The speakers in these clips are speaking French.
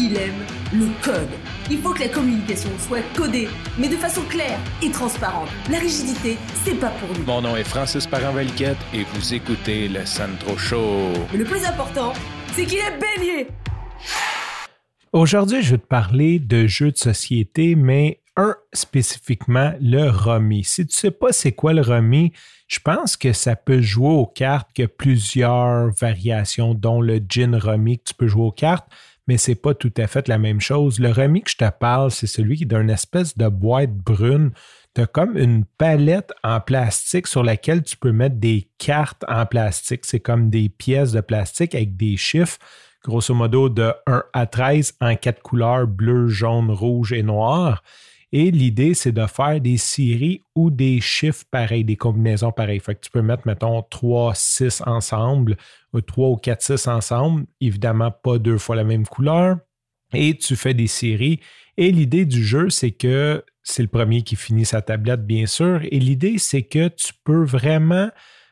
il aime le code. Il faut que la communication soit codée, mais de façon claire et transparente. La rigidité, c'est pas pour nous. Mon nom est Francis Parent-Valquette et vous écoutez le Sandro Show. Mais le plus important, c'est qu'il est bélier. Aujourd'hui, je vais te parler de jeux de société, mais un spécifiquement, le rummy. Si tu ne sais pas c'est quoi le rummy, je pense que ça peut jouer aux cartes, qu'il y a plusieurs variations, dont le gin rummy que tu peux jouer aux cartes, mais ce n'est pas tout à fait la même chose. Le rummy que je te parle, c'est celui qui est d'une espèce de boîte brune. Tu as comme une palette en plastique sur laquelle tu peux mettre des cartes en plastique. C'est comme des pièces de plastique avec des chiffres, grosso modo de 1 à 13 en 4 couleurs, bleu, jaune, rouge et noir. Et l'idée, c'est de faire des séries ou des chiffres pareils, des combinaisons pareilles. Fait que tu peux mettre, mettons, 3, 6 ensemble, ou 3 ou 4, 6 ensemble. Évidemment, pas 2 fois la même couleur. Et tu fais des séries. Et l'idée du jeu, c'est que c'est le premier qui finit sa tablette, bien sûr. Et l'idée, c'est que tu peux vraiment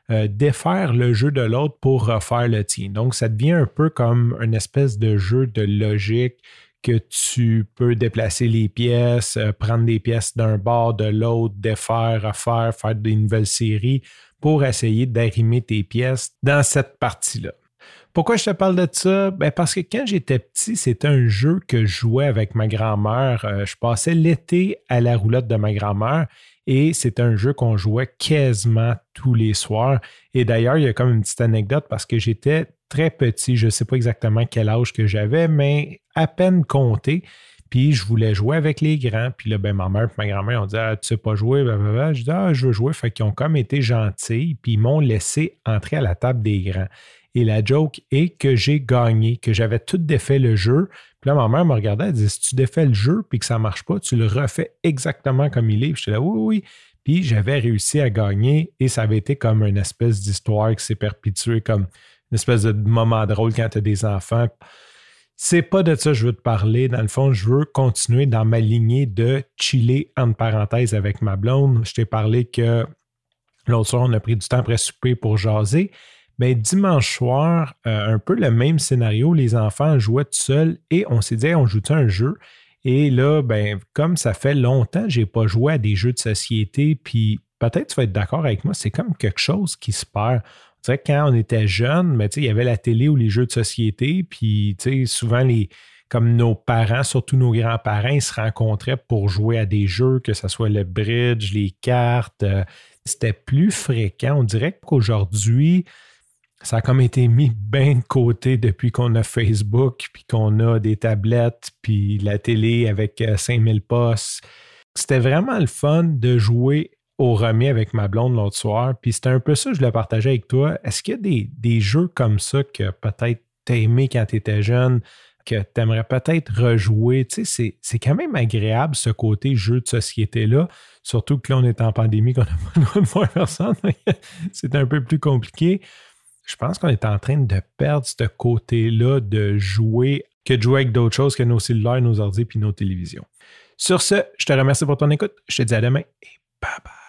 défaire le jeu de l'autre pour refaire le tien. Donc, ça devient un peu comme une espèce de jeu de logique que tu peux déplacer les pièces, prendre des pièces d'un bord, de l'autre, défaire, refaire, faire des nouvelles séries pour essayer d'arrimer tes pièces dans cette partie-là. Pourquoi je te parle de ça? Ben parce que quand j'étais petit, c'était un jeu que je jouais avec ma grand-mère. Je passais l'été à la roulotte de ma grand-mère et c'était un jeu qu'on jouait quasiment tous les soirs. Et d'ailleurs, il y a comme une petite anecdote parce que j'étais très petit, je ne sais pas exactement quel âge que j'avais, mais à peine compté. Puis je voulais jouer avec les grands. Puis là, ben, ma mère et ma grand-mère ont dit « Ah, tu sais pas jouer? » Je dis « Ah, je veux jouer. » Fait qu'ils ont comme été gentils, puis ils m'ont laissé entrer à la table des grands. Et la joke est que j'ai gagné, que j'avais tout défait le jeu. Puis là, ma mère me regardait, elle dit « Si tu défais le jeu puis que ça ne marche pas, tu le refais exactement comme il est. » Puis j'étais là « Oui, oui. » Puis j'avais réussi à gagner et ça avait été comme une espèce d'histoire qui s'est perpétuée, comme une espèce de moment drôle quand tu as des enfants. C'est pas de ça que je veux te parler. Dans le fond, je veux continuer dans ma lignée de chiller entre parenthèses avec ma blonde. Je t'ai parlé que l'autre soir, on a pris du temps après souper pour jaser. Mais dimanche soir, un peu le même scénario, les enfants jouaient tout seuls et on s'est dit hey, on joue-tu un jeu? Et là, ben, comme ça fait longtemps que je n'ai pas joué à des jeux de société, puis peut-être tu vas être d'accord avec moi, c'est comme quelque chose qui se perd. On dirait que quand on était jeune, mais il y avait la télé ou les jeux de société, puis souvent comme nos parents, surtout nos grands-parents, ils se rencontraient pour jouer à des jeux, que ce soit le bridge, les cartes. C'était plus fréquent. On dirait qu'aujourd'hui, ça a comme été mis bien de côté depuis qu'on a Facebook, puis qu'on a des tablettes, puis la télé avec 5000 postes. C'était vraiment le fun de jouer au rummy avec ma blonde l'autre soir, puis c'était un peu ça que je voulais partager avec toi. Est-ce qu'il y a des jeux comme ça que peut-être t'as aimé quand tu étais jeune, que tu aimerais peut-être rejouer? Tu sais, c'est quand même agréable ce côté jeu de société-là, surtout que là, on est en pandémie, qu'on n'a pas le droit de voir personne. C'est un peu plus compliqué. Je pense qu'on est en train de perdre ce côté-là de jouer avec d'autres choses que nos cellulaires, nos ordi puis nos télévisions. Sur ce, je te remercie pour ton écoute. Je te dis à demain et bye bye.